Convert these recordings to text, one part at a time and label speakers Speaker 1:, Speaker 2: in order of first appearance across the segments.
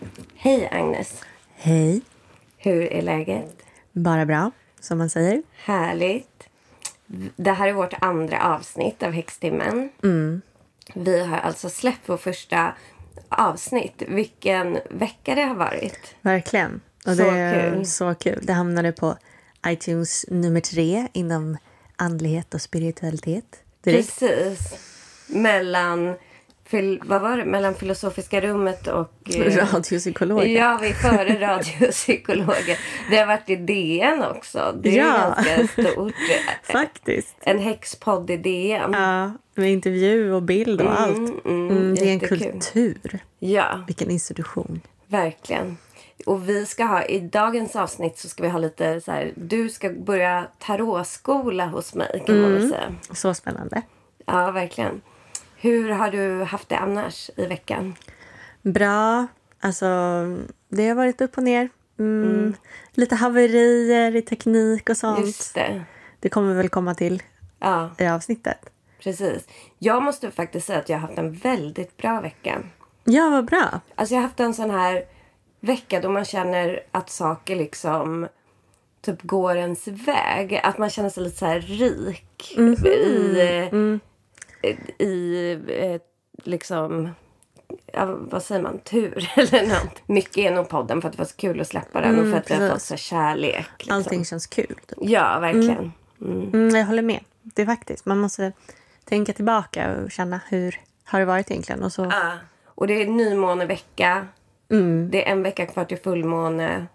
Speaker 1: Hej Agnes.
Speaker 2: Hej.
Speaker 1: Hur är läget?
Speaker 2: Bara bra, som man säger.
Speaker 1: Härligt. Det här är vårt andra avsnitt av Häxtimmen. Vi har alltså släppt vår första avsnitt. Vilken vecka det har varit.
Speaker 2: Verkligen. Och
Speaker 1: Så
Speaker 2: det är
Speaker 1: kul.
Speaker 2: så kul. Det hamnade på iTunes nummer 3 inom andlighet och spiritualitet. Direkt.
Speaker 1: Precis. Mellan Filosofiska rummet och...
Speaker 2: Radiopsykologer.
Speaker 1: Ja, vi är före radiopsykologer. Det har varit i DN också. Det är ganska stort.
Speaker 2: Faktiskt.
Speaker 1: En häxpodd i DN.
Speaker 2: Ja, med intervju och bild och allt. Det är en
Speaker 1: jättekul.
Speaker 2: kultur.
Speaker 1: Ja,
Speaker 2: Vilken institution.
Speaker 1: verkligen. Och vi ska ha, i dagens avsnitt så ska vi ha lite så här, du ska börja tarotskola hos mig kan man väl säga.
Speaker 2: Så spännande.
Speaker 1: Ja, verkligen. Hur har du haft det annars i veckan?
Speaker 2: Bra. Alltså, det har varit upp och ner. Lite haverier i teknik och sånt.
Speaker 1: Just det.
Speaker 2: Det kommer vi väl komma till
Speaker 1: Ja,
Speaker 2: i avsnittet.
Speaker 1: precis. Jag måste faktiskt säga att jag har haft en väldigt bra vecka.
Speaker 2: Ja, vad bra.
Speaker 1: Alltså jag har haft en sån här vecka då man känner att saker liksom typ går ens väg. Att man känner sig lite så här rik liksom, ja, vad säger man, tur eller något. Mycket är nog podden för att det var så kul att släppa den och för att vi har fått så kärlek. Liksom.
Speaker 2: Allting känns kul. Typ.
Speaker 1: Ja, verkligen.
Speaker 2: Jag håller med. Det är faktiskt. Man måste tänka tillbaka och känna hur har det varit egentligen. Och så.
Speaker 1: Ja. Och det är nymånevecka. Det är en vecka kvar till fullmåne.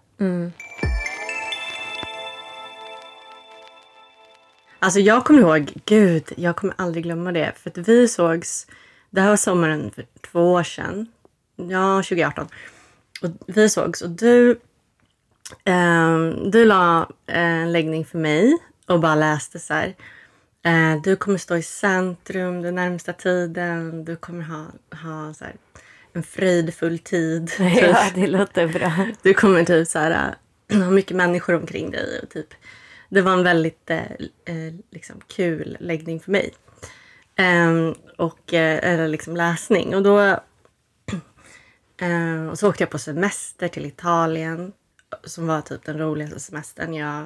Speaker 2: Alltså jag kommer ihåg, jag kommer aldrig glömma det. För att vi sågs, det här var sommaren för 2 år sedan. Ja, 2018. Och vi sågs och du la en läggning för mig och bara läste så här. Du kommer stå i centrum den närmsta tiden. Du kommer ha så här, en fridfull tid.
Speaker 1: Ja, det låter bra.
Speaker 2: Du kommer typ så här, ha mycket människor omkring dig. Och typ, det var en väldigt liksom kul läggning för mig. Eller liksom läsning. Och då och så åkte jag på semester till Italien. Som var typ den roligaste semestern jag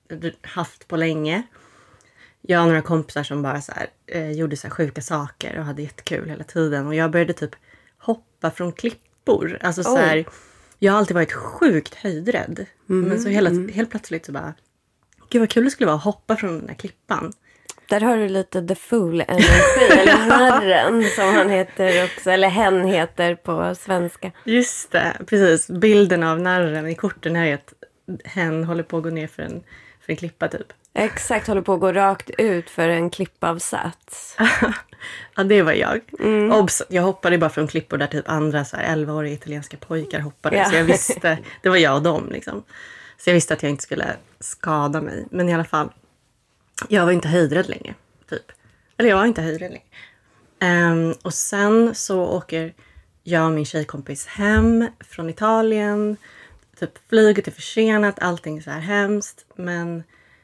Speaker 2: haft på länge. Jag och några kompisar som bara så här, gjorde så här sjuka saker och hade jättekul hela tiden. Och jag började typ hoppa från klippor. Alltså så här, jag har alltid varit sjukt höjdrädd. Men så helt plötsligt så bara, gud vad kul det skulle vara att hoppa från den här klippan.
Speaker 1: Där har du lite the fool-energi, eller narren som han heter också, eller hen heter på svenska.
Speaker 2: Just det, precis. Bilden av narren i korten här är att hen håller på att gå ner för en klippa typ.
Speaker 1: Exakt, håller på att gå rakt ut för en klippavsats.
Speaker 2: Ja, det var jag. Obs, jag hoppade bara från klippor där typ andra så här 11-åriga italienska pojkar hoppade.
Speaker 1: Ja.
Speaker 2: Så jag visste, det var jag och dem liksom. Så jag visste att jag inte skulle skada mig. Men i alla fall, jag var inte höjdrädd längre, typ. Eller jag var inte höjdrädd längre. Och sen så åker jag och min tjejkompis hem från Italien. Typ flyget är försenat, allting är så här hemskt. Men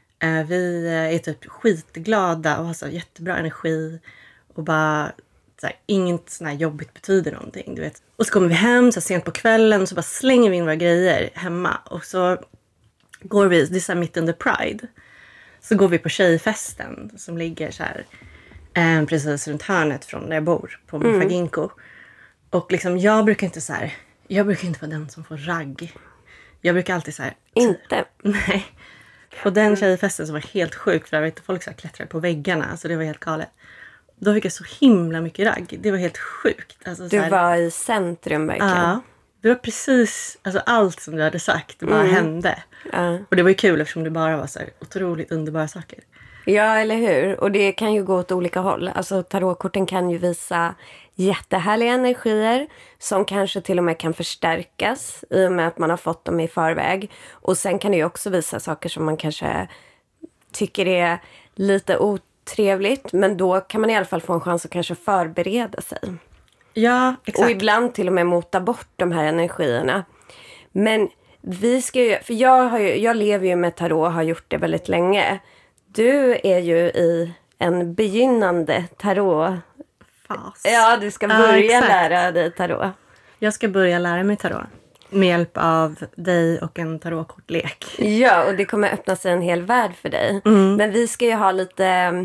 Speaker 2: vi är typ skitglada och har så jättebra energi. Och bara, så här, inget sån här jobbigt betyder någonting, du vet. Och så kommer vi hem så sent på kvällen och så bara slänger vi in våra grejer hemma. Och så går vi, det är så här mitt under Pride. Så går vi på tjejfesten som ligger så här precis runt hörnet från där jag bor på Faginko. Och liksom jag brukar inte vara den som får ragg. Jag brukar alltid så här.
Speaker 1: Inte?
Speaker 2: Nej. På den tjejfesten som var helt sjuk för jag vet folk så här klättrade på väggarna. Alltså det var helt galet. Då fick jag så himla mycket ragg. Det var helt sjukt. Alltså,
Speaker 1: Du var i centrum verkligen.
Speaker 2: Ja. Det var precis alltså allt som du hade sagt. Det bara hände.
Speaker 1: Ja.
Speaker 2: Och det var ju kul eftersom det bara var så här otroligt underbara saker.
Speaker 1: Ja, eller hur? Och det kan ju gå åt olika håll. Alltså tarotkorten kan ju visa jättehärliga energier som kanske till och med kan förstärkas i och med att man har fått dem i förväg. Och sen kan det ju också visa saker som man kanske tycker är lite otrevligt. Men då kan man i alla fall få en chans att kanske förbereda sig.
Speaker 2: Ja, exakt.
Speaker 1: Och ibland till och med mota bort de här energierna. Men vi ska ju, för jag lever ju med tarot och har gjort det väldigt länge. Du är ju i en begynnande tarot.
Speaker 2: Fas.
Speaker 1: Ja, du ska börja
Speaker 2: exakt.
Speaker 1: lära dig tarot.
Speaker 2: Jag ska börja lära mig tarot. med hjälp av dig och en tarotkortlek.
Speaker 1: Ja, och det kommer öppna sig en hel värld för dig. Men vi ska ju ha lite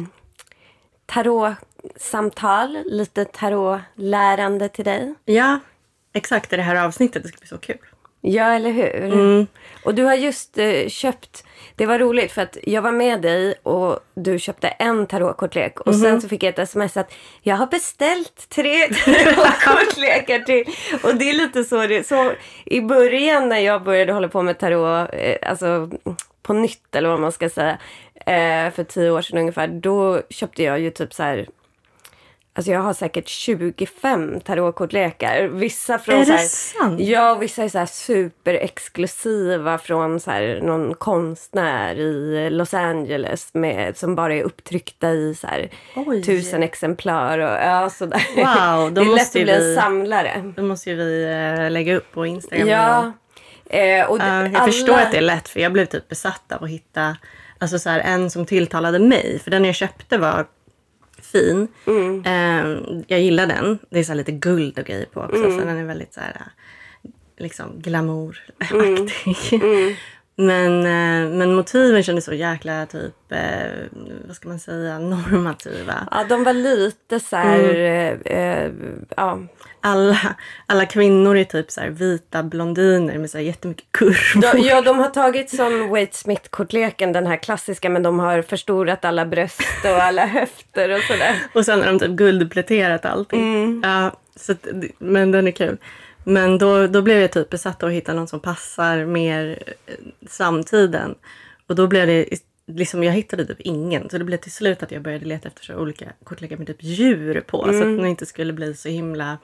Speaker 1: tarotsamtal, lite tarotlärande till dig.
Speaker 2: Ja, exakt. Det här avsnittet, det ska bli så kul.
Speaker 1: Ja, eller hur? Och du har just köpt... Det var roligt för att jag var med dig och du köpte en tarotkortlek. Och sen så fick jag ett sms att jag har beställt 3 tarotkortlekar till. Och det är lite så i början när jag började hålla på med tarot, alltså på nytt eller vad man ska säga, för 10 år sedan ungefär. Då köpte jag ju typ så här... Alltså jag har säkert 25 tarotkortlekar. Vissa från
Speaker 2: är
Speaker 1: så här,
Speaker 2: det sant?
Speaker 1: ja, vissa är så här superexklusiva från så här någon konstnär i Los Angeles som bara är upptryckta i så här 1000 exemplar och ja, så där.
Speaker 2: Wow,
Speaker 1: det är lätt att bli en samlare.
Speaker 2: Då måste ju vi lägga upp på Instagram.
Speaker 1: Ja. Och
Speaker 2: jag förstår att det är lätt, för jag blev typ besatt av att hitta alltså så här, en som tilltalade mig. För den jag köpte var fin. Jag gillar den. Det är så här lite guld och grejer på också. Så den är väldigt så här liksom glamouraktig. Men motiven kändes så jäkla typ vad ska man säga, normativa.
Speaker 1: Ja, de var lite så här ja.
Speaker 2: Alla kvinnor är typ så här vita blondiner med så här jättemycket kurvor.
Speaker 1: De har tagit som Wade Smith-kortleken, den här klassiska, men de har förstorat alla bröst och alla höfter och sådär.
Speaker 2: Och sen har de typ guldpläterat allting. Ja, men den är kul. Men då blev jag typ besatt av att hitta någon som passar mer samtiden. Och då blev det liksom, jag hittade typ ingen. Så det blev till slut att jag började leta efter så olika kortlekar med typ djur på. Så att den inte skulle bli så himla...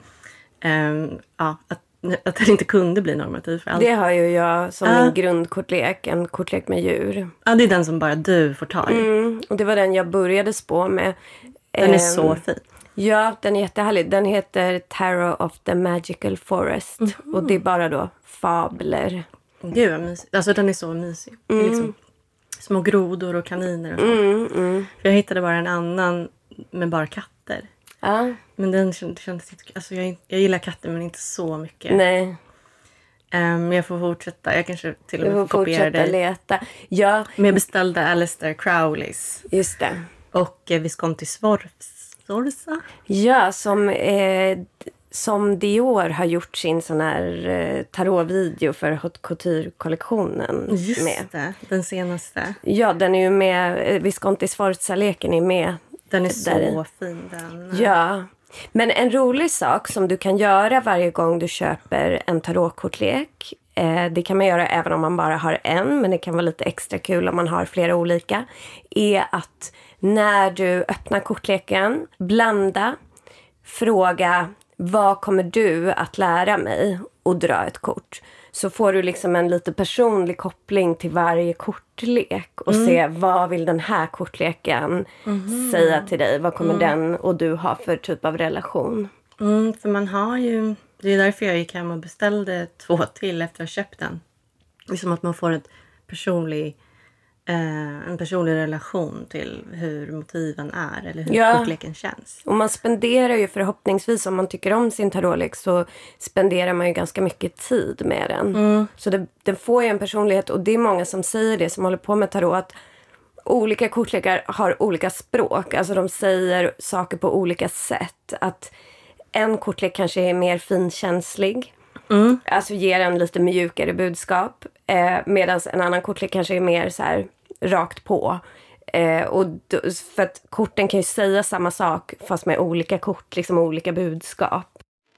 Speaker 2: att den inte kunde bli normativ för allt.
Speaker 1: Det har ju jag som min grundkortlek, en kortlek med djur.
Speaker 2: Ja, det är den som bara du får ta i.
Speaker 1: Och det var den jag började spå med.
Speaker 2: Den är så fin.
Speaker 1: Ja, den är jättehärlig. Den heter Tarot of the Magical Forest. Och det är bara då fabler.
Speaker 2: Gud vad mysigt. Alltså den är så mysig. Det är liksom små grodor och kaniner och sånt. För jag hittade bara en annan med bara katter.
Speaker 1: Ja.
Speaker 2: Men den kändes inte... Alltså jag gillar katter men inte så mycket.
Speaker 1: Nej.
Speaker 2: Men jag får fortsätta. Jag kanske till och
Speaker 1: Du
Speaker 2: med
Speaker 1: får
Speaker 2: får kopiera dig.
Speaker 1: leta. Ja.
Speaker 2: Men jag beställde Aleister Crowleys.
Speaker 1: Just det.
Speaker 2: Och Visconti Sforza.
Speaker 1: Ja, som Dior har gjort sin sån här tarotvideo för Haute Couture-kollektionen.
Speaker 2: Just det, den senaste.
Speaker 1: Ja, den är ju med, Visconti Sforza-leken är med.
Speaker 2: Den är så fin den.
Speaker 1: Ja, men en rolig sak som du kan göra varje gång du köper en tarotkortlek. Det kan man göra även om man bara har en, men det kan vara lite extra kul om man har flera olika. Är att när du öppnar kortleken, blanda, fråga vad kommer du att lära mig och dra ett kort. Så får du liksom en lite personlig koppling till varje kortlek och se vad vill den här kortleken säga till dig. Vad kommer den och du ha för typ av relation?
Speaker 2: För man har ju, det är därför jag gick hem och beställde 2 till efter att ha köpt den. Det är som att man får en personlig relation till hur motiven är eller hur kortleken känns.
Speaker 1: Och man spenderar ju förhoppningsvis, om man tycker om sin tarotlek, så spenderar man ju ganska mycket tid med den. Så den får ju en personlighet, och det är många som säger det som håller på med tarot, att olika kortlekar har olika språk. Alltså de säger saker på olika sätt. Att en kortlek kanske är mer finkänslig. Alltså ger en lite mjukare budskap. Medan en annan kortlek kanske är mer så här rakt på. För att korten kan ju säga samma sak fast med olika kort, liksom olika budskap.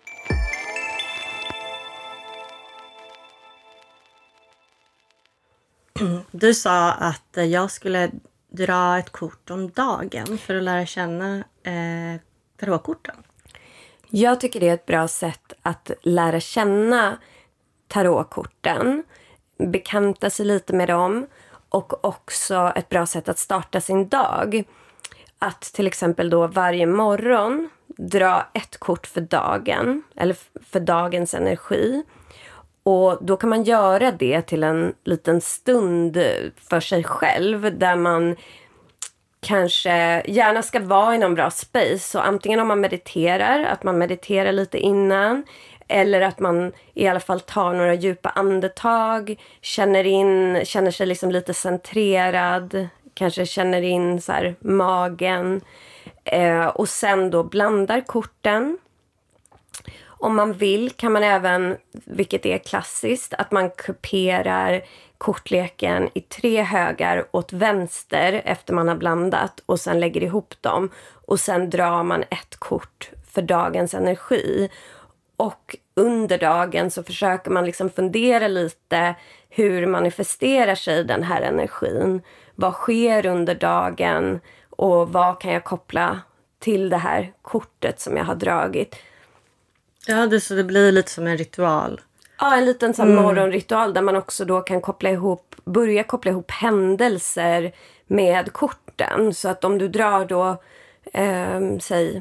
Speaker 2: Du sa att jag skulle dra ett kort om dagen för att lära känna tarotkorten.
Speaker 1: Jag tycker det är ett bra sätt att lära känna tarotkorten, bekanta sig lite med dem, och också ett bra sätt att starta sin dag. Att till exempel då varje morgon dra ett kort för dagen, eller för dagens energi. Och då kan man göra det till en liten stund för sig själv, där man kanske gärna ska vara i någon bra space. Så antingen om man mediterar, att man mediterar lite innan. Eller att man i alla fall tar några djupa andetag, känner sig liksom lite centrerad, kanske känner in så här magen. Och sen då blandar korten. Om man vill kan man även, vilket är klassiskt, att man kuperar kortleken i 3 högar åt vänster efter man har blandat och sen lägger ihop dem. Och sen drar man ett kort för dagens energi. Och under dagen så försöker man liksom fundera lite hur manifesterar sig den här energin. Vad sker under dagen och vad kan jag koppla till det här kortet som jag har dragit.
Speaker 2: Ja, så det blir lite som en ritual.
Speaker 1: Ja, en liten sån morgonritual där man också då kan börja koppla ihop händelser med korten. Så att om du drar då, säg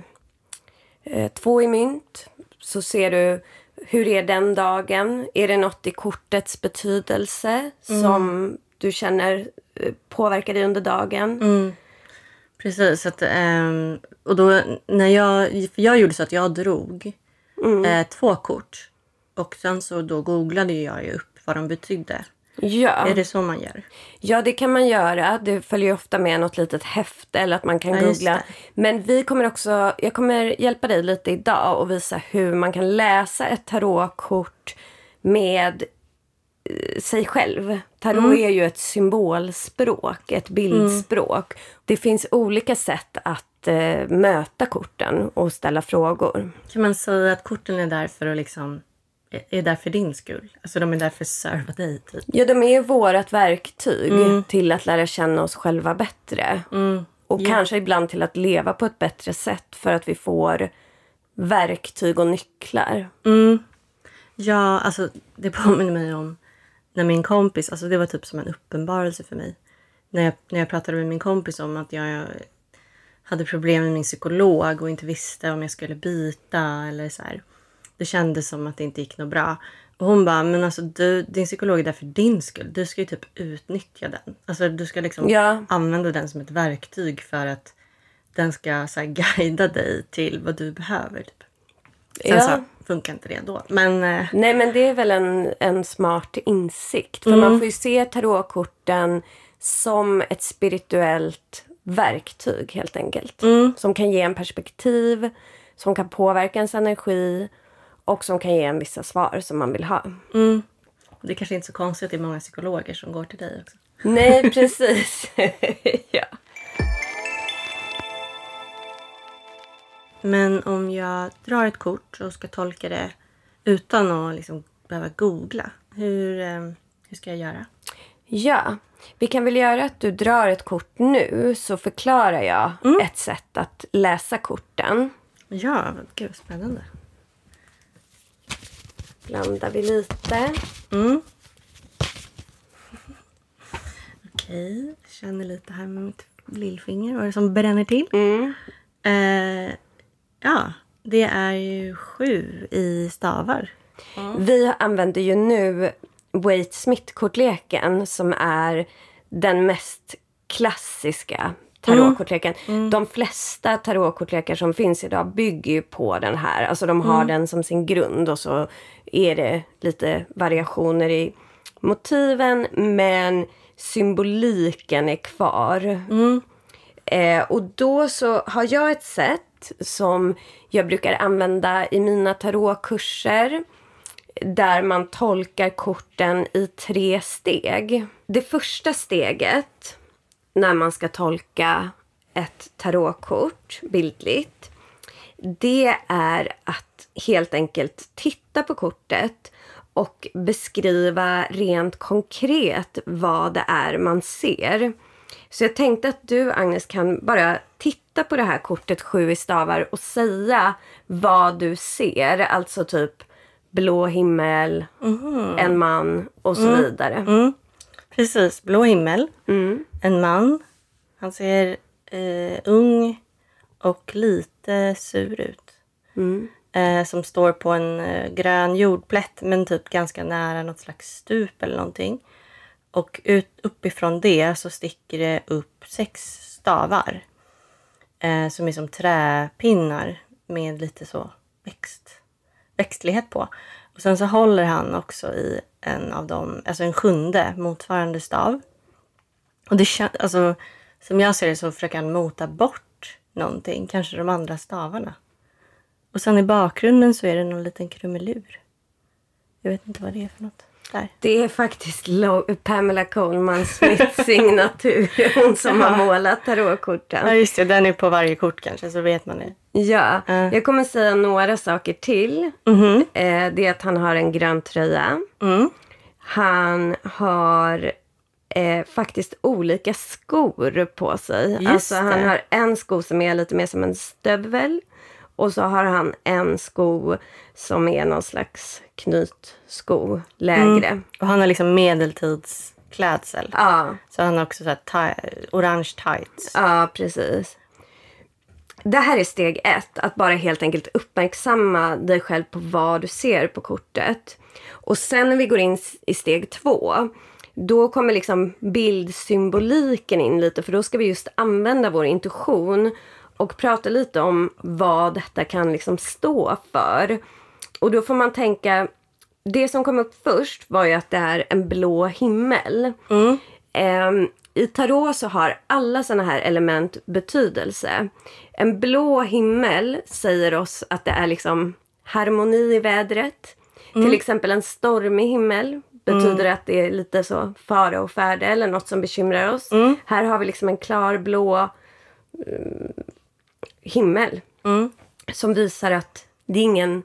Speaker 1: 2 i mynt, så ser du hur är den dagen. Är det något i kortets betydelse som du känner påverkar dig under dagen?
Speaker 2: Precis. Och då när jag gjorde så att jag drog 2 kort. Och sen så då googlade jag ju upp vad de betydde.
Speaker 1: Ja.
Speaker 2: Är det så man gör?
Speaker 1: Ja, det kan man göra. Det följer ofta med något litet häfte eller att man kan googla. Men jag kommer hjälpa dig lite idag och visa hur man kan läsa ett tarotkort med sig själv. Tarot är ju ett symbolspråk, ett bildspråk. Det finns olika sätt att möta korten och ställa frågor.
Speaker 2: Kan man säga att korten är där för att liksom är där för din skull? Alltså de är där för att serva dig typ.
Speaker 1: Ja, de är vårat verktyg till att lära känna oss själva bättre. Och kanske ibland till att leva på ett bättre sätt för att vi får verktyg och nycklar.
Speaker 2: Ja, alltså det påminner mig om när min kompis, alltså det var typ som en uppenbarelse för mig. När jag pratade med min kompis om att jag hade problem med min psykolog och inte visste om jag skulle byta eller så här. Det kändes som att det inte gick något bra. Och hon bara, men alltså din psykolog är där för din skull. Du ska ju typ utnyttja den. Alltså du ska liksom använda den som ett verktyg för att den ska så här, guida dig till vad du behöver. Typ. Sen så funkar inte det då. Men,
Speaker 1: nej, men det är väl en smart insikt. För man får ju se tarotkorten som ett spirituellt verktyg helt enkelt. Som kan ge en perspektiv, som kan påverka ens energi och som kan ge en vissa svar som man vill ha.
Speaker 2: Det är kanske inte så konstigt att det är många psykologer som går till dig också.
Speaker 1: Nej, precis. Ja.
Speaker 2: Men om jag drar ett kort och ska tolka det utan att liksom behöva googla, hur ska jag göra?
Speaker 1: Ja, vi kan väl göra att du drar ett kort nu så förklarar jag ett sätt att läsa korten.
Speaker 2: Ja, gud spännande.
Speaker 1: Blandar vi lite.
Speaker 2: Okej, känner lite här med mitt lillfinger. Vad är det som bränner till? Ja, det är ju 7 i stavar.
Speaker 1: Vi använder ju nu Waite-Smith-kortleken som är den mest klassiska tarotkortleken. De flesta tarotkortlekar som finns idag bygger ju på den här. Alltså de har den som sin grund och så är det lite variationer i motiven, men symboliken är kvar. Och då så har jag ett sätt som jag brukar använda i mina tarotkurser där man tolkar korten i 3 steg. Det första steget när man ska tolka ett tarotkort bildligt, det är att helt enkelt titta på kortet och beskriva rent konkret vad det är man ser. Så jag tänkte att du, Agnes, kan bara titta på det här kortet 7 i stavar och säga vad du ser. Alltså typ blå himmel, en man och så vidare.
Speaker 2: Precis, blå himmel. En man. Han ser ung och lite sur ut. Som står på en grön jordplätt men typ ganska nära något slags stup eller någonting. Och uppifrån det så sticker det upp 6 stavar. Som är som träpinnar med lite så växt växtlighet på. Och sen så håller han också i en av dem, alltså en sjunde motsvarande stav. Och det alltså, som jag ser det så försöker han mota bort någonting, kanske de andra stavarna. Och sen i bakgrunden så är det någon liten krumelur. Jag vet inte vad det är för något där.
Speaker 1: Det är faktiskt Pamela Colman-Smiths signatur. Hon som har målat tarotkorten.
Speaker 2: Ja just det, den är på varje kort kanske, så vet man det.
Speaker 1: Ja, jag kommer säga några saker till. Det är att han har en grön tröja. Han har faktiskt olika skor på sig. Alltså han har en sko som är lite mer som en stövel. Och så har han en sko som är någon slags knytsko lägre.
Speaker 2: Och han har liksom medeltidsklädsel.
Speaker 1: Ja.
Speaker 2: Så han har också så här orange tights.
Speaker 1: Ja, precis. Det här är steg 1. Att bara helt enkelt uppmärksamma dig själv på vad du ser på kortet. Och sen när vi går in i steg 2... då kommer liksom bildsymboliken in lite. För då ska vi just använda vår intuition. Och prata lite om vad detta kan liksom stå för. Och då får man tänka... det som kom upp först var ju att det är en blå himmel. I tarot så har alla såna här element betydelse. En blå himmel säger oss att det är liksom harmoni i vädret. Till exempel en stormig himmel betyder att det är lite så fara och färde eller något som bekymrar oss. Här har vi liksom en klar blå himmel som visar att det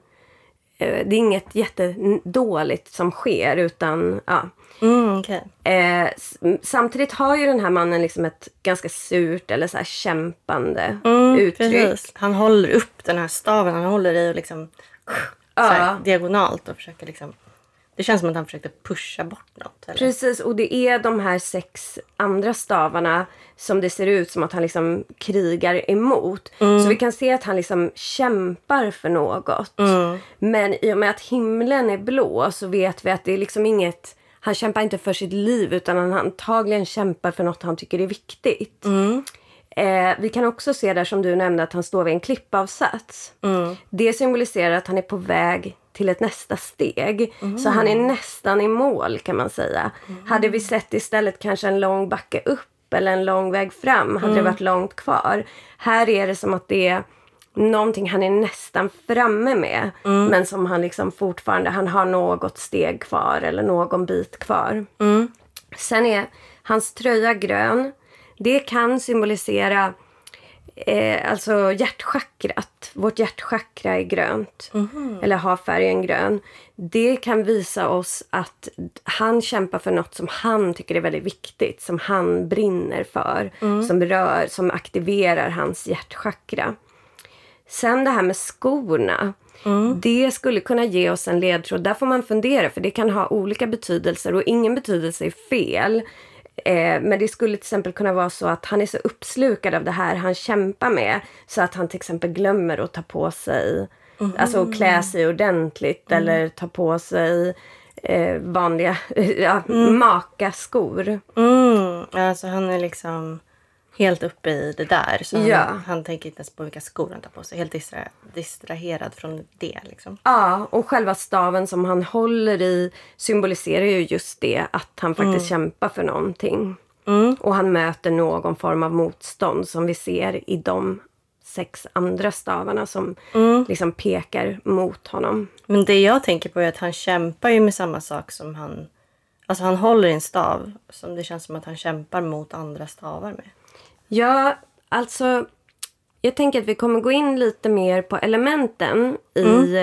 Speaker 1: är inget jättedåligt som sker utan ja.
Speaker 2: Okay.
Speaker 1: Samtidigt har ju den här mannen liksom ett ganska surt eller så här kämpande uttryck. Precis.
Speaker 2: Han håller upp den här staven, han håller i och liksom så här, diagonalt och försöker liksom. Det känns som att han försökte pusha bort något. Eller?
Speaker 1: Precis, och det är de här 6 andra stavarna som det ser ut som att han liksom krigar emot. Så vi kan se att han liksom kämpar för något. Men i och med att himlen är blå så vet vi att det är liksom inget... Han kämpar inte för sitt liv utan han antagligen kämpar för något han tycker är viktigt. Vi kan också se där som du nämnde att han står vid en klippavsats. Det symboliserar att han är på väg till ett nästa steg. Så han är nästan i mål kan man säga. Hade vi sett istället kanske en lång backe upp eller en lång väg fram hade det varit långt kvar. Här är det som att det är någonting han är nästan framme med. Men som han liksom fortfarande, han har något steg kvar eller någon bit kvar. Sen är hans tröja grön. Det kan symbolisera alltså hjärtchakrat. Vårt hjärtchakra är grönt. Eller har färgen grön. Det kan visa oss att han kämpar för något som han tycker är väldigt viktigt. Som han brinner för. Som aktiverar hans hjärtchakra. Sen det här med skorna. Det skulle kunna ge oss en ledtråd. Där får man fundera för det kan ha olika betydelser. Och ingen betydelse är fel. Men det skulle till exempel kunna vara så att han är så uppslukad av det här han kämpar med. Så att han till exempel glömmer att ta på sig, alltså klä sig ordentligt. Eller ta på sig vanliga maka skor.
Speaker 2: Alltså han är liksom helt uppe i det där. Så han tänker inte ens på vilka skor han tar på sig. Helt distraherad från det liksom.
Speaker 1: Ja, och själva staven som han håller i symboliserar ju just det. Att han faktiskt kämpar för någonting. Och han möter någon form av motstånd som vi ser i de 6 andra stavarna som liksom pekar mot honom.
Speaker 2: Men det jag tänker på är att han kämpar ju med samma sak som han... Alltså han håller i en stav som det känns som att han kämpar mot andra stavar med.
Speaker 1: Ja, alltså jag tänker att vi kommer gå in lite mer på elementen i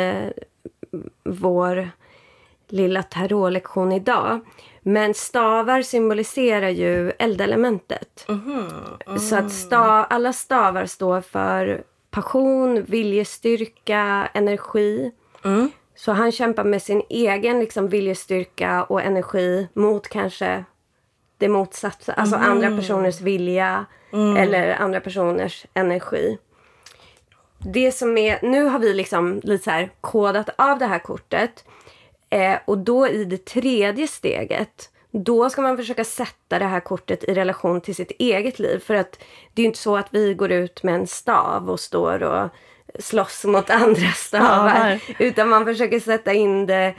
Speaker 1: vår lilla tarotlektion idag. Men stavar symboliserar ju eldelementet. Så att alla stavar står för passion, viljestyrka, energi. Så han kämpar med sin egen liksom, viljestyrka och energi mot kanske det motsatta. Alltså andra personers vilja eller andra personers energi. Det som är, nu har vi liksom lite så här kodat av det här kortet. Och då i det 3:e steget, då ska man försöka sätta det här kortet i relation till sitt eget liv. För att det är ju inte så att vi går ut med en stav och står och slåss mot andra stavar. Utan man försöker sätta in det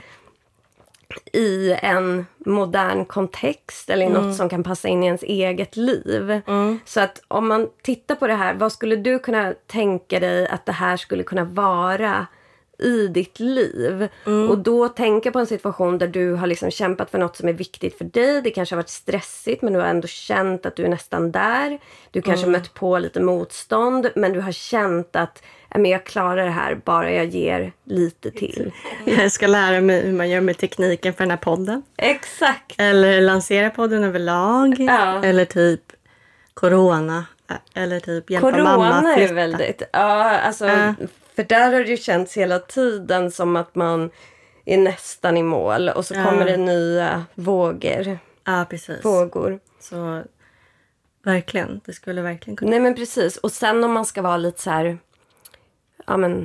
Speaker 1: i en modern kontext eller i något som kan passa in i ens eget liv. Så att om man tittar på det här, vad skulle du kunna tänka dig att det här skulle kunna vara i ditt liv? Och då tänka på en situation där du har liksom kämpat för något som är viktigt för dig. Det kanske har varit stressigt, men du har ändå känt att du är nästan där. Du kanske mött på lite motstånd, men du har känt att men jag klarar det här bara jag ger lite till.
Speaker 2: Jag ska lära mig hur man gör med tekniken för den här podden.
Speaker 1: Exakt.
Speaker 2: Eller lansera podden överlag. Ja. Eller typ corona. Eller typ hjälpa
Speaker 1: corona
Speaker 2: mamma flytta.
Speaker 1: Är väldigt... Ja, alltså... För där har det ju känts hela tiden som att man är nästan i mål. Och så kommer det nya vågor.
Speaker 2: Ja, precis.
Speaker 1: Vågor.
Speaker 2: Så verkligen. Det skulle verkligen kunna.
Speaker 1: Nej, men precis. Och sen om man ska vara lite så här... Ja, men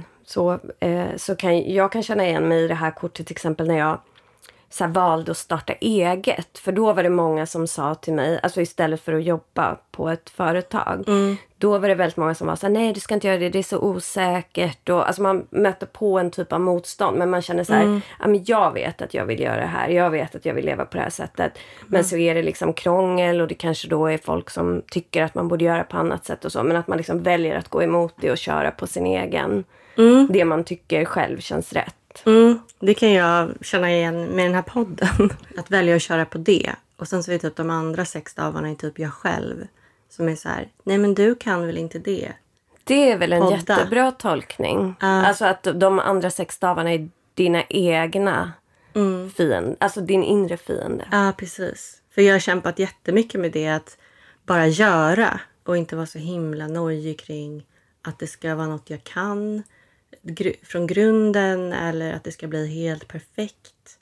Speaker 1: så kan jag känna igen mig i det här kortet till exempel när jag så här, valde att starta eget. För då var det många som sa till mig, alltså istället för att jobba på ett företag. Då var det väldigt många som var så här, nej du ska inte göra det, det är så osäkert. Och, alltså man möter på en typ av motstånd, men man känner så här, ja, men jag vet att jag vill göra det här. Jag vet att jag vill leva på det här sättet. Men så är det liksom krångel och det kanske då är folk som tycker att man borde göra på annat sätt och så. Men att man liksom väljer att gå emot det och köra på sin egen, det man tycker själv känns rätt.
Speaker 2: Det kan jag känna igen med den här podden. Att välja att köra på det. Och sen så är typ de andra 6 stavarna är typ jag själv. Som är så här, nej men du kan väl inte det.
Speaker 1: Det är väl en jättebra tolkning. Alltså att de andra 6 stavarna är dina egna fiender. Alltså din inre fiende.
Speaker 2: Ja, precis. För jag har kämpat jättemycket med det. Att bara göra. Och inte vara så himla nojig kring att det ska vara något jag kan från grunden eller att det ska bli helt perfekt.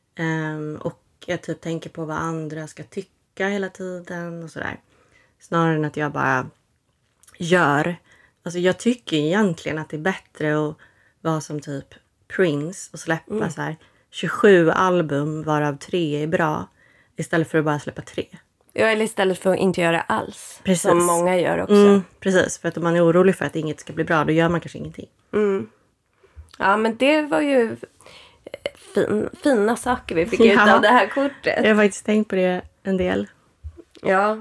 Speaker 2: Och jag typ tänker på vad andra ska tycka hela tiden och sådär. Snarare än att jag bara gör. Alltså jag tycker egentligen att det är bättre att vara som typ Prince och släppa så här 27 album varav 3 är bra istället för att bara släppa 3.
Speaker 1: Ja, eller istället för att inte göra alls.
Speaker 2: Precis.
Speaker 1: Som många gör också.
Speaker 2: Precis, för att om man är orolig för att inget ska bli bra, då gör man kanske ingenting.
Speaker 1: Ja, men det var ju fina saker vi fick ut av det här kortet.
Speaker 2: Jag har faktiskt tänkt på det en del.
Speaker 1: Ja.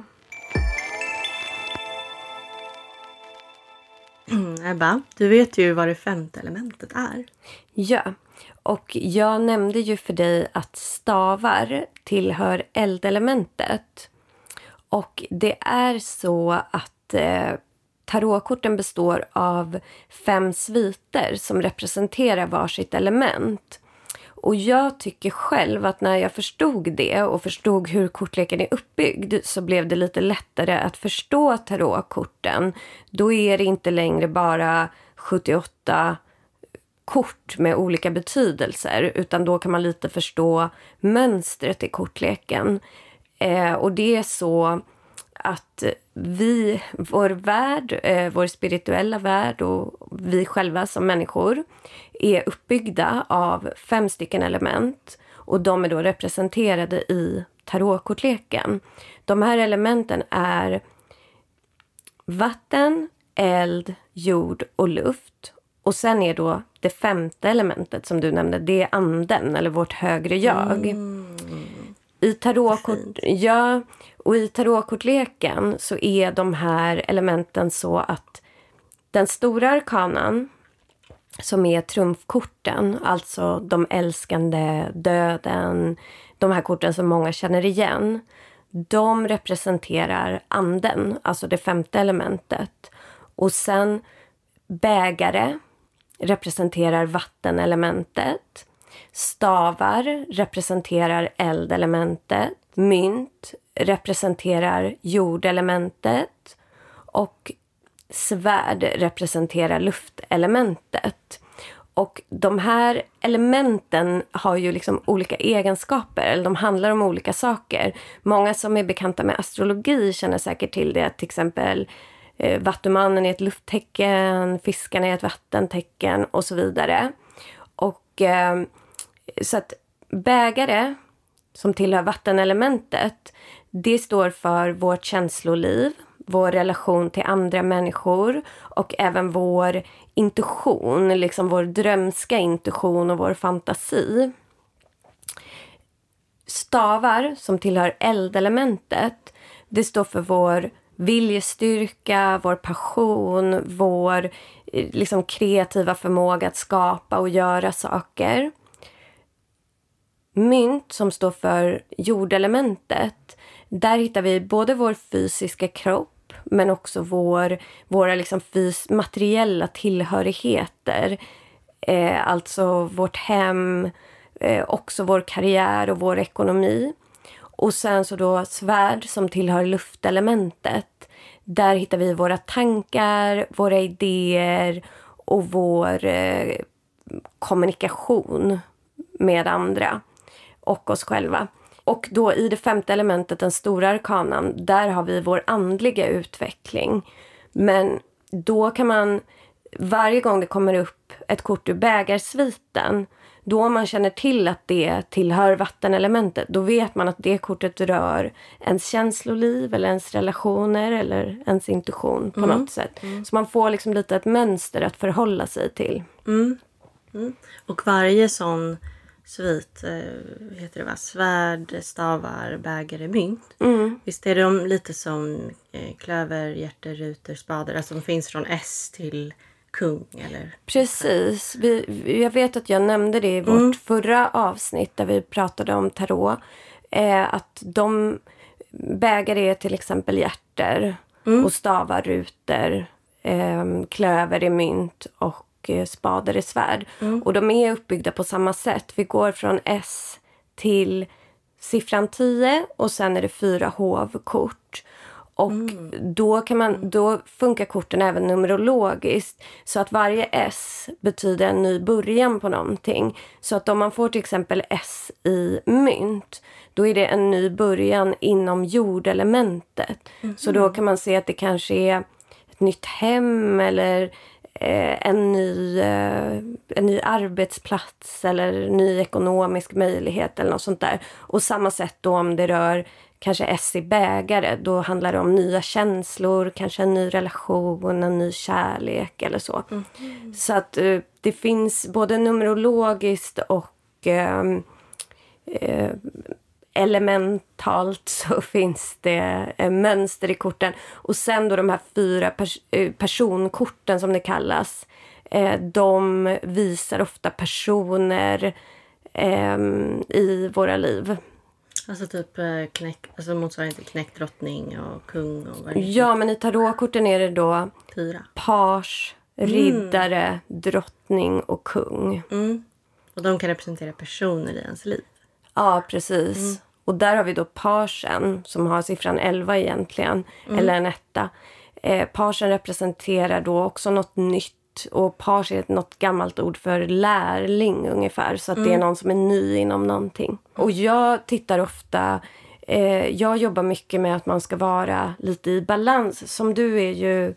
Speaker 2: Ebba, du vet ju vad det 5:e elementet är.
Speaker 1: Ja, och jag nämnde ju för dig att stavar tillhör eldelementet. Och det är så att tarotkorten består av 5 sviter som representerar varsitt element. Och jag tycker själv att när jag förstod det och förstod hur kortleken är uppbyggd så blev det lite lättare att förstå tarotkorten. Då är det inte längre bara 78 kort med olika betydelser, utan då kan man lite förstå mönstret i kortleken. Och det är så att vår värld, vår spirituella värld och vi själva som människor är uppbyggda av 5 stycken element. Och de är då representerade i tarotkortleken. De här elementen är vatten, eld, jord och luft. Och sen är då det 5:e elementet som du nämnde, det är anden eller vårt högre jag. I tarotkortleken så är de här elementen så att den stora arkanan som är trumfkorten, alltså de älskande, döden, de här korten som många känner igen, de representerar anden, alltså det 5:e elementet. Och sen bägare representerar vattenelementet. Stavar representerar eldelementet. Mynt representerar jordelementet. Och svärd representerar luftelementet. Och de här elementen har ju liksom olika egenskaper, eller de handlar om olika saker. Många som är bekanta med astrologi känner säkert till det, till exempel vattumannen är ett lufttecken, fiskarna är ett vattentecken och så vidare. Och så att bägare som tillhör vattenelementet, det står för vårt känsloliv, vår relation till andra människor och även vår intuition, liksom vår drömska intuition och vår fantasi. Stavar som tillhör eldelementet, det står för vår viljestyrka, vår passion, vår liksom kreativa förmåga att skapa och göra saker. Mynt som står för jordelementet, där hittar vi både vår fysiska kropp men också våra liksom materiella tillhörigheter. Alltså vårt hem, också vår karriär och vår ekonomi. Och sen så då svärd som tillhör luftelementet. Där hittar vi våra tankar, våra idéer och vår kommunikation med andra och oss själva. Och då i det 5:e elementet, den stora arkanan, där har vi vår andliga utveckling. Men då kan man, varje gång det kommer upp ett kort ur bägarsviten, då man känner till att det tillhör vattenelementet, då vet man att det kortet rör ens känsloliv eller ens relationer eller ens intuition på något sätt. Så man får liksom lite ett mönster att förhålla sig till.
Speaker 2: Och varje sån svit, heter det va? Svärd, stavar, bägare, mynt. Visst är de lite som klöver, hjärter, ruter, spadar, alltså de finns från S till kung eller?
Speaker 1: Precis. Jag vet att jag nämnde det i vårt förra avsnitt där vi pratade om tarot. Att de bägare är till exempel hjärter och stavar, ruter, klöver är mynt och spader är svärd. Och de är uppbyggda på samma sätt. Vi går från S till siffran 10 och sen är det 4 hovkort. Och då funkar korten även numerologiskt. Så att varje S betyder en ny början på någonting. Så att om man får till exempel S i mynt, då är det en ny början inom jordelementet. Så då kan man se att det kanske är ett nytt hem eller en ny arbetsplats eller ny ekonomisk möjlighet eller något sånt där. Och samma sätt då om det rör kanske S i bägare, då handlar det om nya känslor, kanske en ny relation, en ny kärlek eller så. Så att det finns både numerologiskt och elementalt så finns det mönster i korten. Och sen då de här 4 personkorten som det kallas, de visar ofta personer i våra liv.
Speaker 2: Alltså typ alltså motsvarande knäckt drottning och kung och vad.
Speaker 1: Ja, men i tarotkorten är det då
Speaker 2: 4.
Speaker 1: page, riddare, drottning och kung.
Speaker 2: Och de kan representera personer i ens liv.
Speaker 1: Ja, precis. Och där har vi då pagen som har siffran 11 egentligen, eller en 1. Pagen representerar då också något nytt. Och page är något gammalt ord för lärling ungefär. Så att det är någon som är ny inom någonting. Och jag tittar ofta, jag jobbar mycket med att man ska vara lite i balans. Som du är ju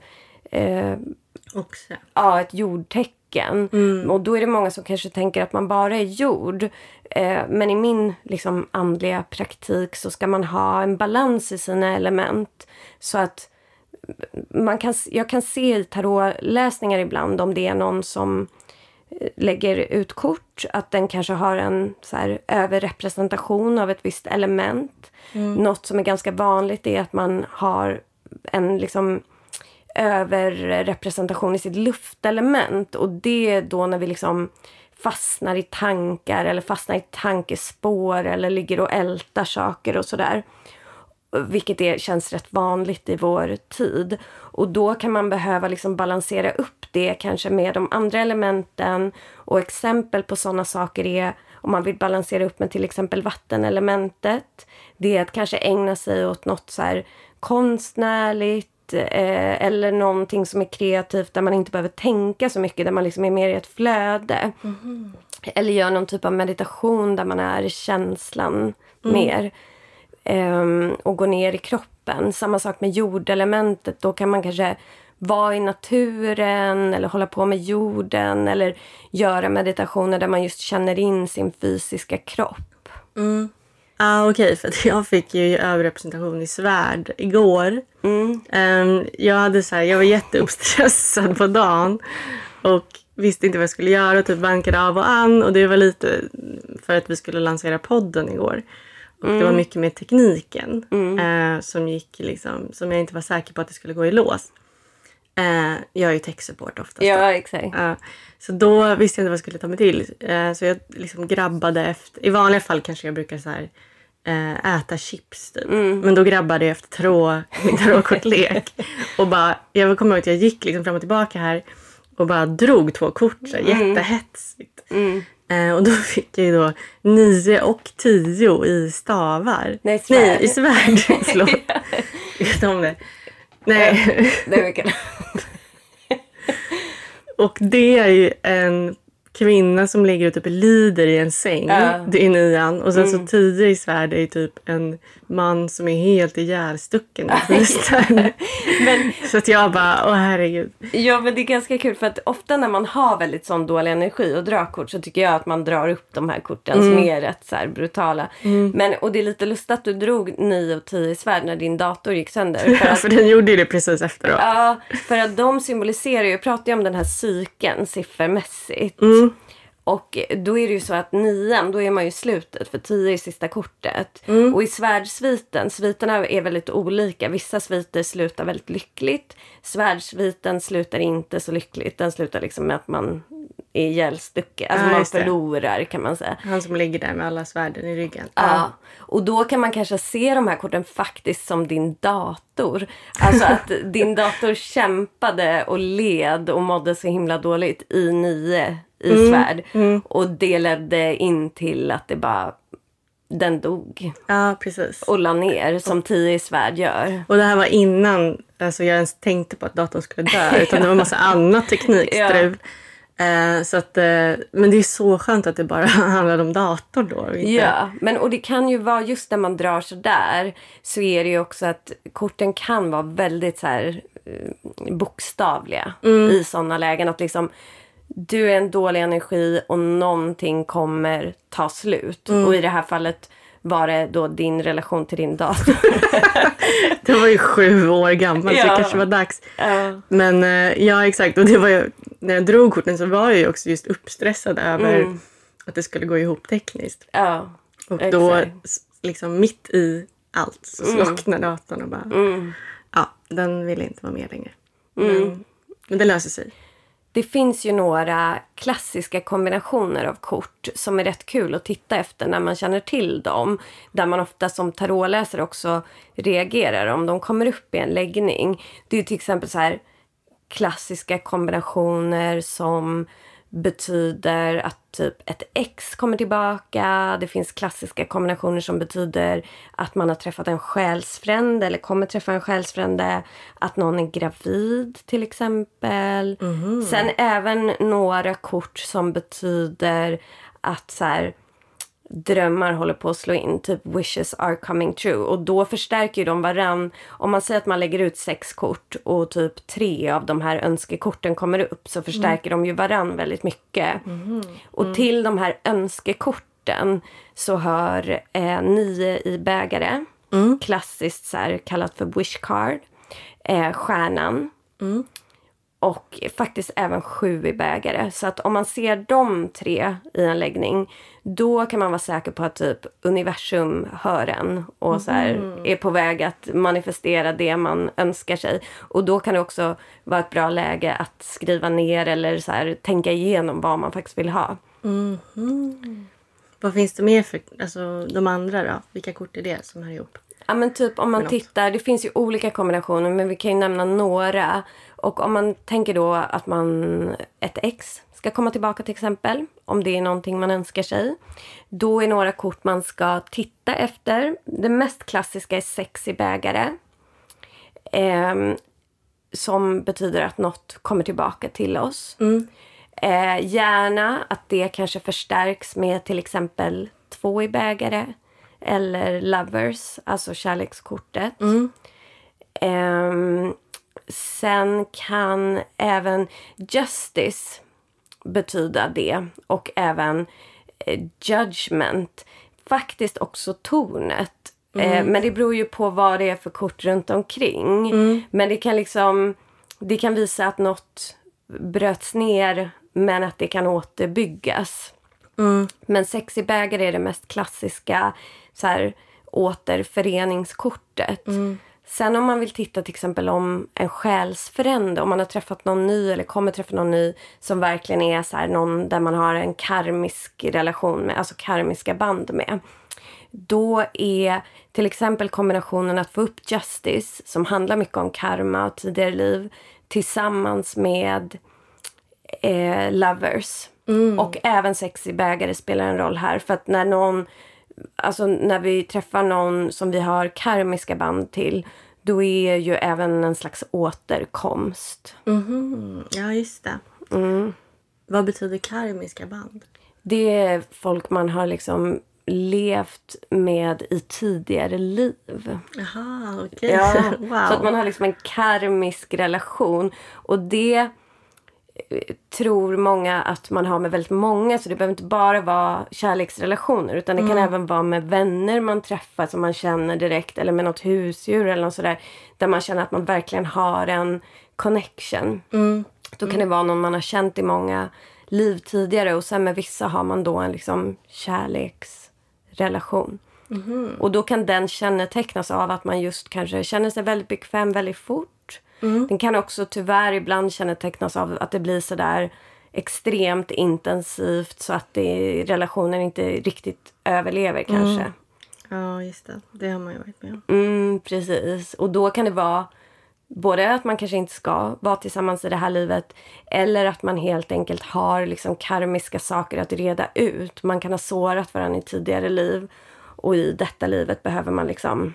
Speaker 2: också.
Speaker 1: Ja, ett jordtecken. Och då är det många som kanske tänker att man bara är jord. Men i min liksom andliga praktik så ska man ha en balans i sina element. Så att jag kan se i tarotläsningar ibland om det är någon som lägger ut kort att den kanske har en så här överrepresentation av ett visst element. Något som är ganska vanligt är att man har en liksom överrepresentation i sitt luftelement, och det är då när vi liksom fastnar i tankar eller fastnar i tankespår eller ligger och ältar saker och sådär. Vilket känns rätt vanligt i vår tid. Och då kan man behöva liksom balansera upp det kanske med de andra elementen. Och exempel på sådana saker är, om man vill balansera upp med till exempel vattenelementet, det är att kanske ägna sig åt något så här konstnärligt eller någonting som är kreativt där man inte behöver tänka så mycket, där man liksom är mer i ett flöde. Eller gör någon typ av meditation där man är i känslan mer. Och gå ner i kroppen. Samma sak med jordelementet. Då kan man kanske vara i naturen eller hålla på med jorden eller göra meditationer där man just känner in sin fysiska kropp.
Speaker 2: Okej, för att jag fick ju överrepresentation i svärd igår. Jag var jätteuppstressad på dagen och visste inte vad jag skulle göra. Typ bankade av och an. Och det var lite för att vi skulle lansera podden igår. Och det var mycket med tekniken som gick liksom, som jag inte var säker på att det skulle gå i lås. Jag är ju tech-support oftast.
Speaker 1: Ja, exakt.
Speaker 2: Så då visste jag inte vad jag skulle ta mig till. Så jag liksom grabbade efter. I vanliga fall kanske jag brukar så här, äta chips typ. Men då grabbade jag efter min tarotkortlek. Och bara, jag kommer ihåg att jag gick liksom fram och tillbaka här. Och bara drog 2 kort. Så här, jättehetsigt. Och då fick jag ju då 9 och 10 i stavar.
Speaker 1: Nej, svärd.
Speaker 2: I svärd. Förlåt. Vet om det. Nej.
Speaker 1: Det är mycket.
Speaker 2: Och det är ju en kvinna som ligger och typ lider i en säng. Det är 9. Och sen så 10 i svärd är typ en man som är helt ihjälstucken. Men så att jag bara, herregud.
Speaker 1: Ja, men det är ganska kul för att ofta när man har väldigt sån dålig energi och drar kort så tycker jag att man drar upp de här korten som är rätt så här brutala. Men, och det är lite lustigt att du drog 9 och 10 i svärd när din dator gick sönder.
Speaker 2: För den gjorde ju det precis efteråt.
Speaker 1: Ja, för att de symboliserar ju, jag pratar ju om den här cykeln siffermässigt. Och då är det ju så att 9, då är man ju i slutet för 10 är sista kortet. Och i sviterna är väldigt olika. Vissa sviter slutar väldigt lyckligt. Svärdsviten slutar inte så lyckligt. Den slutar liksom med att man är ihjälstucken. Alltså man förlorar kan man säga.
Speaker 2: Han som ligger där med alla svärden i ryggen.
Speaker 1: Ja, och då kan man kanske se de här korten faktiskt som din dator. Alltså att din dator kämpade och led och mådde så himla dåligt i 9 i svärd. Och det ledde in till att det bara, den dog.
Speaker 2: Ja, precis.
Speaker 1: Och la ner som 10 i svärd gör.
Speaker 2: Och det här var innan alltså jag ens tänkte på att datorn skulle dö. Utan det var en massa annat teknikstrul. Så att, men det är så skönt att det bara handlar om dator då. Inte.
Speaker 1: Ja, men och det kan ju vara just när man drar så där så är det ju också att korten kan vara väldigt så här bokstavliga i sådana lägen. Att liksom du är en dålig energi och någonting kommer ta slut. Och i det här fallet var det då din relation till din dator.
Speaker 2: Det var ju 7 år gammal så det kanske var dags. Men ja, exakt. Och det var ju, när jag drog korten så var jag ju också just uppstressad över att det skulle gå ihop tekniskt.
Speaker 1: Ja,
Speaker 2: och då liksom mitt i allt så slocknade datorn och bara den ville inte vara med längre. Men det löser sig.
Speaker 1: Det finns ju några klassiska kombinationer av kort som är rätt kul att titta efter när man känner till dem. Där man ofta som tarotläsare också reagerar om de kommer upp i en läggning. Det är ju till exempel så här klassiska kombinationer som betyder att typ ett ex kommer tillbaka. Det finns klassiska kombinationer som betyder att man har träffat en själsfrände eller kommer träffa en själsfrände. Att någon är gravid till exempel. Sen även några kort som betyder att så här, drömmar håller på att slå in, typ wishes are coming true. Och då förstärker ju de varann. Om man säger att man lägger ut 6 kort och typ 3 av de här önskekorten kommer upp så förstärker de ju varann väldigt mycket. Och till de här önskekorten så hör 9 i bägare. Klassiskt så här, kallat för wish card. Stjärnan. Och faktiskt även 7 i bägare. Så att om man ser de 3 i en läggning, då kan man vara säker på att typ universum hör en. Och så här, är på väg att manifestera det man önskar sig. Och då kan det också vara ett bra läge att skriva ner eller så här, tänka igenom vad man faktiskt vill ha.
Speaker 2: Vad finns det mer för alltså, de andra då? Vilka kort är det som hör ihop?
Speaker 1: Ja, men typ om man tittar, det finns ju olika kombinationer men vi kan ju nämna några. Och om man tänker då att ett ex ska komma tillbaka till exempel, om det är någonting man önskar sig. Då är några kort man ska titta efter. Det mest klassiska är 6 i bägare. Som betyder att något kommer tillbaka till oss. Gärna att det kanske förstärks med till exempel 2 i bägare. Eller lovers, alltså kärlekskortet. Sen kan även justice betyda det. Och även judgment. Faktiskt också tornet Men det beror ju på vad det är för kort runt omkring. Men det kan visa att något bröts ner, men att det kan återbyggas. Men sexy bägare är det mest klassiska så här, återföreningskortet. Sen om man vill titta till exempel om en själsfrände, om man har träffat någon ny eller kommer träffa någon ny som verkligen är så här, någon där man har en karmisk relation med, alltså karmiska band med. Då är till exempel kombinationen att få upp Justice, som handlar mycket om karma och tidigare liv, tillsammans med Lovers. Och även sexy bägare spelar en roll här. För att när vi träffar någon som vi har karmiska band till, då är ju även en slags återkomst.
Speaker 2: Ja, just det. Vad betyder karmiska band?
Speaker 1: Det är folk man har liksom levt med i tidigare liv.
Speaker 2: Jaha, okej.
Speaker 1: Ja,
Speaker 2: Wow.
Speaker 1: så att man har liksom en karmisk relation. Och det tror många att man har med väldigt många. Så det behöver inte bara vara kärleksrelationer. Utan det kan även vara med vänner man träffar som man känner direkt. Eller med något husdjur eller något sådär. Där man känner att man verkligen har en connection. Då kan det vara någon man har känt i många liv tidigare. Och sen med vissa har man då en liksom kärleksrelation. Och då kan den kännetecknas av att man just kanske känner sig väldigt bekväm väldigt fort. Den kan också tyvärr ibland kännetecknas av att det blir sådär extremt intensivt så att relationen inte riktigt överlever kanske.
Speaker 2: Ja, just det. Det har man ju varit med om.
Speaker 1: Precis. Och då kan det vara både att man kanske inte ska vara tillsammans i det här livet, eller att man helt enkelt har liksom karmiska saker att reda ut. Man kan ha sårat varandra i tidigare liv, och i detta livet behöver man liksom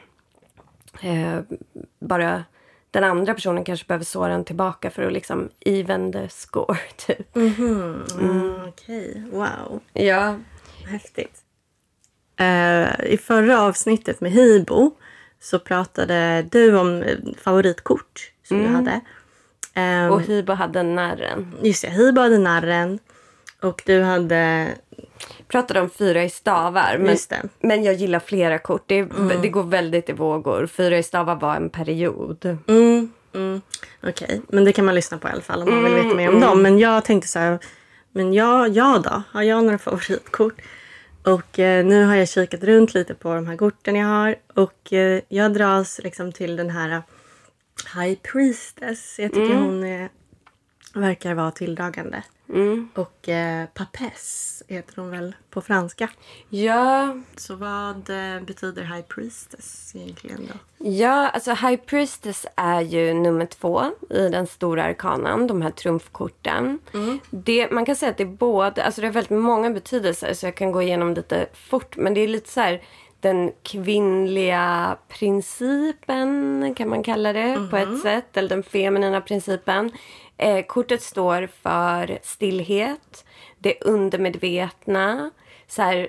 Speaker 1: bara den andra personen kanske behöver såra en tillbaka för att liksom even the score typ.
Speaker 2: Okej, wow.
Speaker 1: Ja.
Speaker 2: Häftigt. I förra avsnittet med Hibo så pratade du om favoritkort som du hade.
Speaker 1: Och Hibo hade narren.
Speaker 2: Just det, Hibo hade narren. Och du hade...
Speaker 1: Pratade om 4 i stavar. Men jag gillar flera kort. Det går väldigt i vågor. 4 i stavar var en period.
Speaker 2: Okej, men det kan man lyssna på i alla fall om man vill veta mer om dem. Men jag tänkte så här, men jag då? Har jag några favoritkort? Och nu har jag kikat runt lite på de här korten jag har. Och jag dras liksom till den här High Priestess. Jag tycker hon verkar vara tilldragande. Och Papess heter hon väl på franska.
Speaker 1: Ja.
Speaker 2: Så vad betyder High Priestess egentligen då?
Speaker 1: Ja, alltså High Priestess är ju nummer 2 i den stora arkanan, de här trumfkorten. Man kan säga att det är både, alltså det har väldigt många betydelser så jag kan gå igenom lite fort. Men det är lite så här, den kvinnliga principen kan man kalla det på ett sätt. Eller den feminina principen. Kortet står för stillhet, det undermedvetna, så här,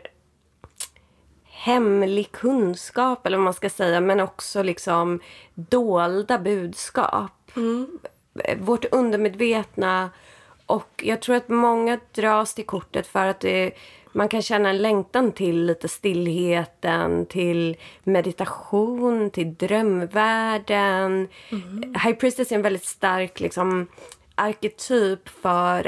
Speaker 1: hemlig kunskap eller vad man ska säga, men också liksom dolda budskap. Vårt undermedvetna, och jag tror att många dras till kortet för att man kan känna en längtan till lite stillheten, till meditation, till drömvärlden. High Priestess är en väldigt stark liksom arketyp för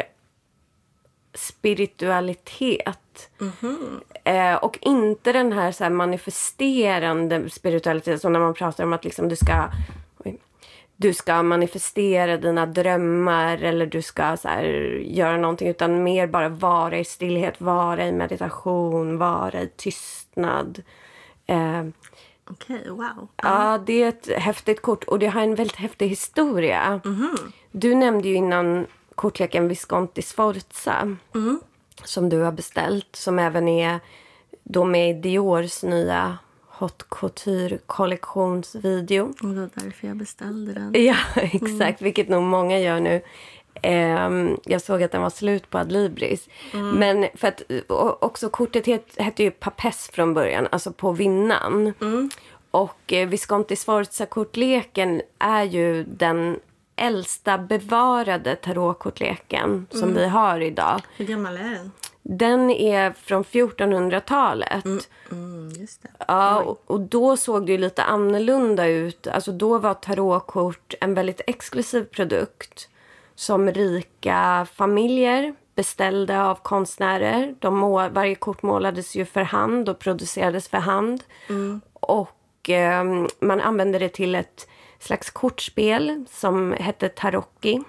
Speaker 1: spiritualitet. Och inte den här, så här manifesterande spiritualitet som när man pratar om att liksom du ska manifestera dina drömmar eller du ska så här, göra någonting, utan mer bara vara i stillhet, vara i meditation, vara i tystnad.
Speaker 2: Okej, wow.
Speaker 1: Ja, det är ett häftigt kort och det har en väldigt häftig historia. Du nämnde ju innan kortleken Visconti Sforza som du har beställt, som även är då med i Diors nya Haute Couture-kollektionsvideo. Och
Speaker 2: det var därför jag beställde den.
Speaker 1: Ja, exakt. Vilket nog många gör nu. Jag såg att den var slut på Adlibris. Men för att också kortet hette ju Papess från början. Alltså på vinnan. Och Visconti Sforza-kortleken är ju den äldsta bevarade tarotkortleken som vi har idag.
Speaker 2: Hur gammal är den?
Speaker 1: Den är från 1400-talet.
Speaker 2: Just det.
Speaker 1: Ja, och då såg det ju lite annorlunda ut. Alltså då var tarotkort en väldigt exklusiv produkt som rika familjer beställde av konstnärer. Varje kort målades ju för hand och producerades för hand. Och man använde det till ett slags kortspel som hette tarocchi.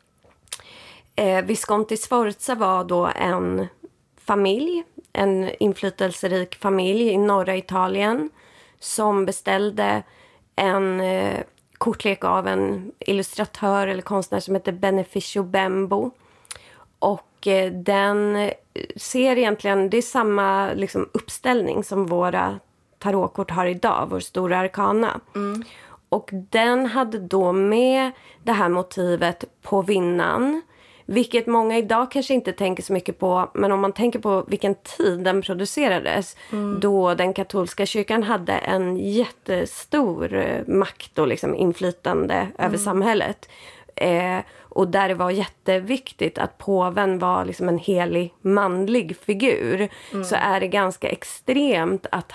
Speaker 1: Visconti Sforza var då en familj, en inflytelserik familj i norra Italien som beställde en kortlek av en illustratör eller konstnär som heter Beneficio Bembo. Och den ser egentligen, det är samma liksom, uppställning som våra tarotkort har idag, vår stora arkana. Och den hade då med det här motivet på vinnan. Vilket många idag kanske inte tänker så mycket på. Men om man tänker på vilken tid den producerades. Då den katolska kyrkan hade en jättestor makt och liksom inflytande över samhället. Och där det var jätteviktigt att påven var liksom en helig manlig figur. Så är det ganska extremt att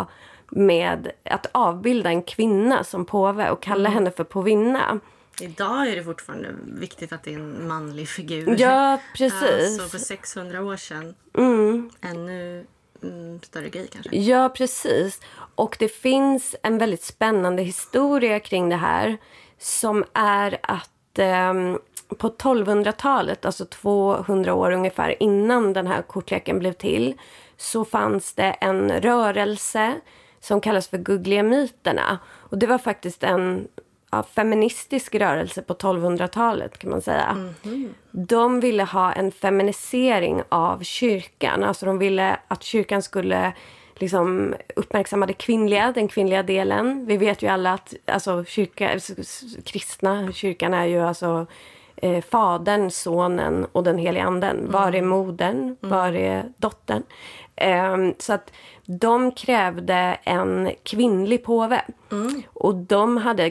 Speaker 1: att avbilda en kvinna som påve och kalla henne för påvinna.
Speaker 2: Idag är det fortfarande viktigt att det är en manlig figur.
Speaker 1: Ja, precis.
Speaker 2: Så för 600 år sedan. Ännu större grej kanske.
Speaker 1: Ja, precis. Och det finns en väldigt spännande historia kring det här. Som är att på 1200-talet, alltså 200 år ungefär innan den här kortleken blev till. Så fanns det en rörelse som kallas för Guglielmiterna. Och det var faktiskt en feministisk rörelse på 1200-talet kan man säga. De ville ha en feminisering av kyrkan. Alltså de ville att kyrkan skulle liksom uppmärksamma den kvinnliga delen. Vi vet ju alla att alltså, kristna kyrkan är ju alltså fadern, sonen och den heliga anden. Var är modern? Var är dottern? Så att de krävde en kvinnlig påve. Och de hade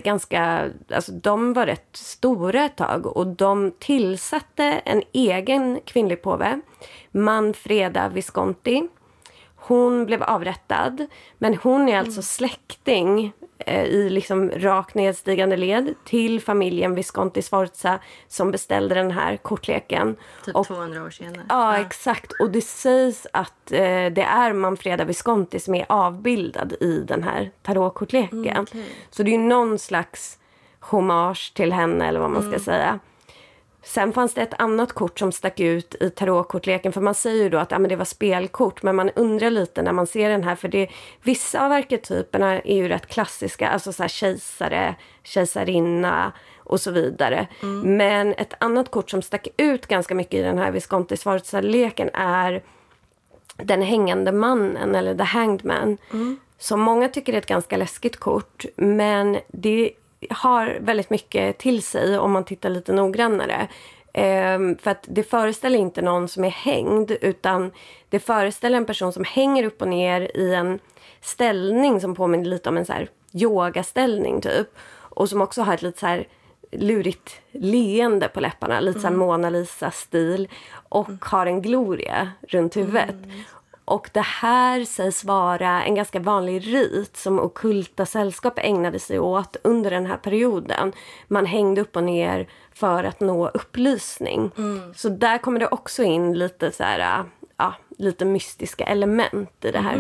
Speaker 1: de var rätt stora ett tag. Och de tillsatte en egen kvinnlig påve. Manfreda Visconti. Hon blev avrättad. Men hon är alltså släkting i liksom rakt nedstigande led till familjen Visconti Sforza som beställde den här kortleken.
Speaker 2: Typ 200 år senare.
Speaker 1: Ja, exakt. Och det sägs att det är Manfreda Visconti som är avbildad i den här tarotkortleken.
Speaker 2: Okay. Så
Speaker 1: det är ju någon slags hommage till henne eller vad man ska säga. Sen fanns det ett annat kort som stack ut i tarotkortleken. För man säger ju då att det var spelkort. Men man undrar lite när man ser den här. För vissa av arketyperna är ju rätt klassiska. Alltså så här kejsare, kejsarinna och så vidare. Men ett annat kort som stack ut ganska mycket i den här Visconti Sforza-leken är den hängande mannen eller the hanged man. Som många tycker är ett ganska läskigt kort. Men det har väldigt mycket till sig om man tittar lite noggrannare. För att det föreställer inte någon som är hängd utan det föreställer en person som hänger upp och ner i en ställning som påminner lite om en så här yogaställning typ. Och som också har ett lite så här lurigt leende på läpparna. Lite så här Mona Lisa-stil. Och har en gloria runt huvudet. Och det här sägs vara en ganska vanlig rit som ockulta sällskap ägnade sig åt under den här perioden. Man hängde upp och ner för att nå upplysning. Så där kommer det också in lite så här, lite mystiska element i det här.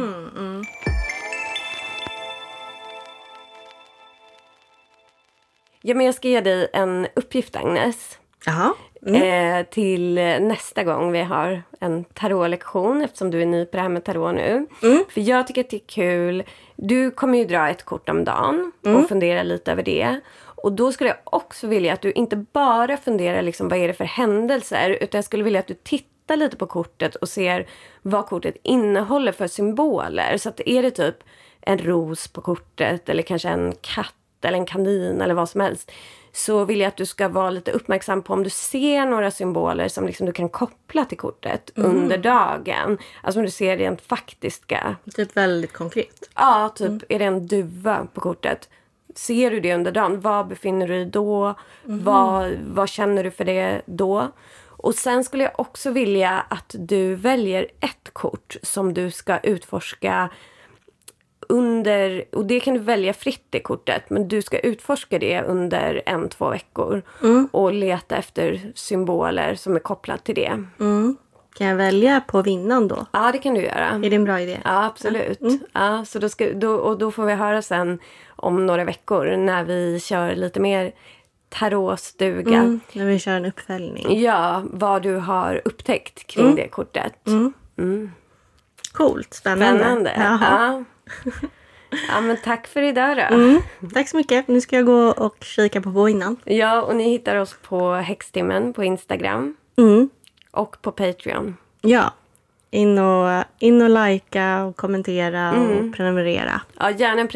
Speaker 1: Ja, men jag ska ge dig en uppgift, Agnes.
Speaker 2: Jaha.
Speaker 1: Till nästa gång vi har en tarotlektion eftersom du är ny på det här med tarot nu. För jag tycker att det är kul. Du kommer ju dra ett kort om dagen och fundera lite över det. Och då skulle jag också vilja att du inte bara funderar liksom, vad är det för händelser, utan jag skulle vilja att du tittar lite på kortet och ser vad kortet innehåller för symboler. Så att är det typ en ros på kortet eller kanske en katt eller en kanin eller vad som helst, så vill jag att du ska vara lite uppmärksam på om du ser några symboler som liksom du kan koppla till kortet under dagen. Alltså om du ser rent faktiska.
Speaker 2: Typ väldigt konkret.
Speaker 1: Ja, typ är det en duva på kortet. Ser du det under dagen? Vad befinner du dig då? Vad känner du för det då? Och sen skulle jag också vilja att du väljer ett kort som du ska utforska under, och det kan du välja fritt det kortet, men du ska utforska det under 1-2 veckor och leta efter symboler som är kopplat till det.
Speaker 2: Kan jag välja på vinnaren då?
Speaker 1: Ja, det kan du göra.
Speaker 2: Är det en bra idé?
Speaker 1: Ja, absolut. Ja, så då får vi höra sen om några veckor när vi kör lite mer tarotstuga.
Speaker 2: När vi kör en uppföljning.
Speaker 1: Ja, vad du har upptäckt kring det kortet.
Speaker 2: Coolt, spännande.
Speaker 1: Ja. Ja, men tack för idag då.
Speaker 2: Tack så mycket. Nu ska jag gå och kika på innan.
Speaker 1: Ja, och ni hittar oss på Häxtimmen på Instagram. Och på Patreon.
Speaker 2: Ja, in och likea och kommentera och prenumerera.
Speaker 1: Ja, gärna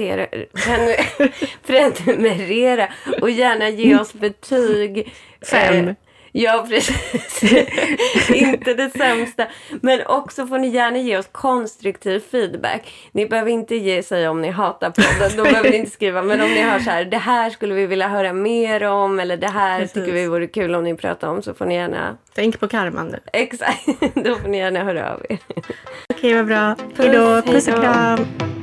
Speaker 1: prenumerera och gärna ge oss betyg.
Speaker 2: 5.
Speaker 1: Ja, precis. Inte det sämsta. Men också får ni gärna ge oss konstruktiv feedback. Ni behöver inte säga om ni hatar podden. Då behöver ni inte skriva. Men om ni har så här, det här skulle vi vilja höra mer om. Eller det här tycker vi vore kul om ni pratar om. Så får ni gärna...
Speaker 2: Tänk på karman nu.
Speaker 1: Exakt. Då får ni gärna höra av er.
Speaker 2: Okej, vad bra. Hejdå. Puss och kram.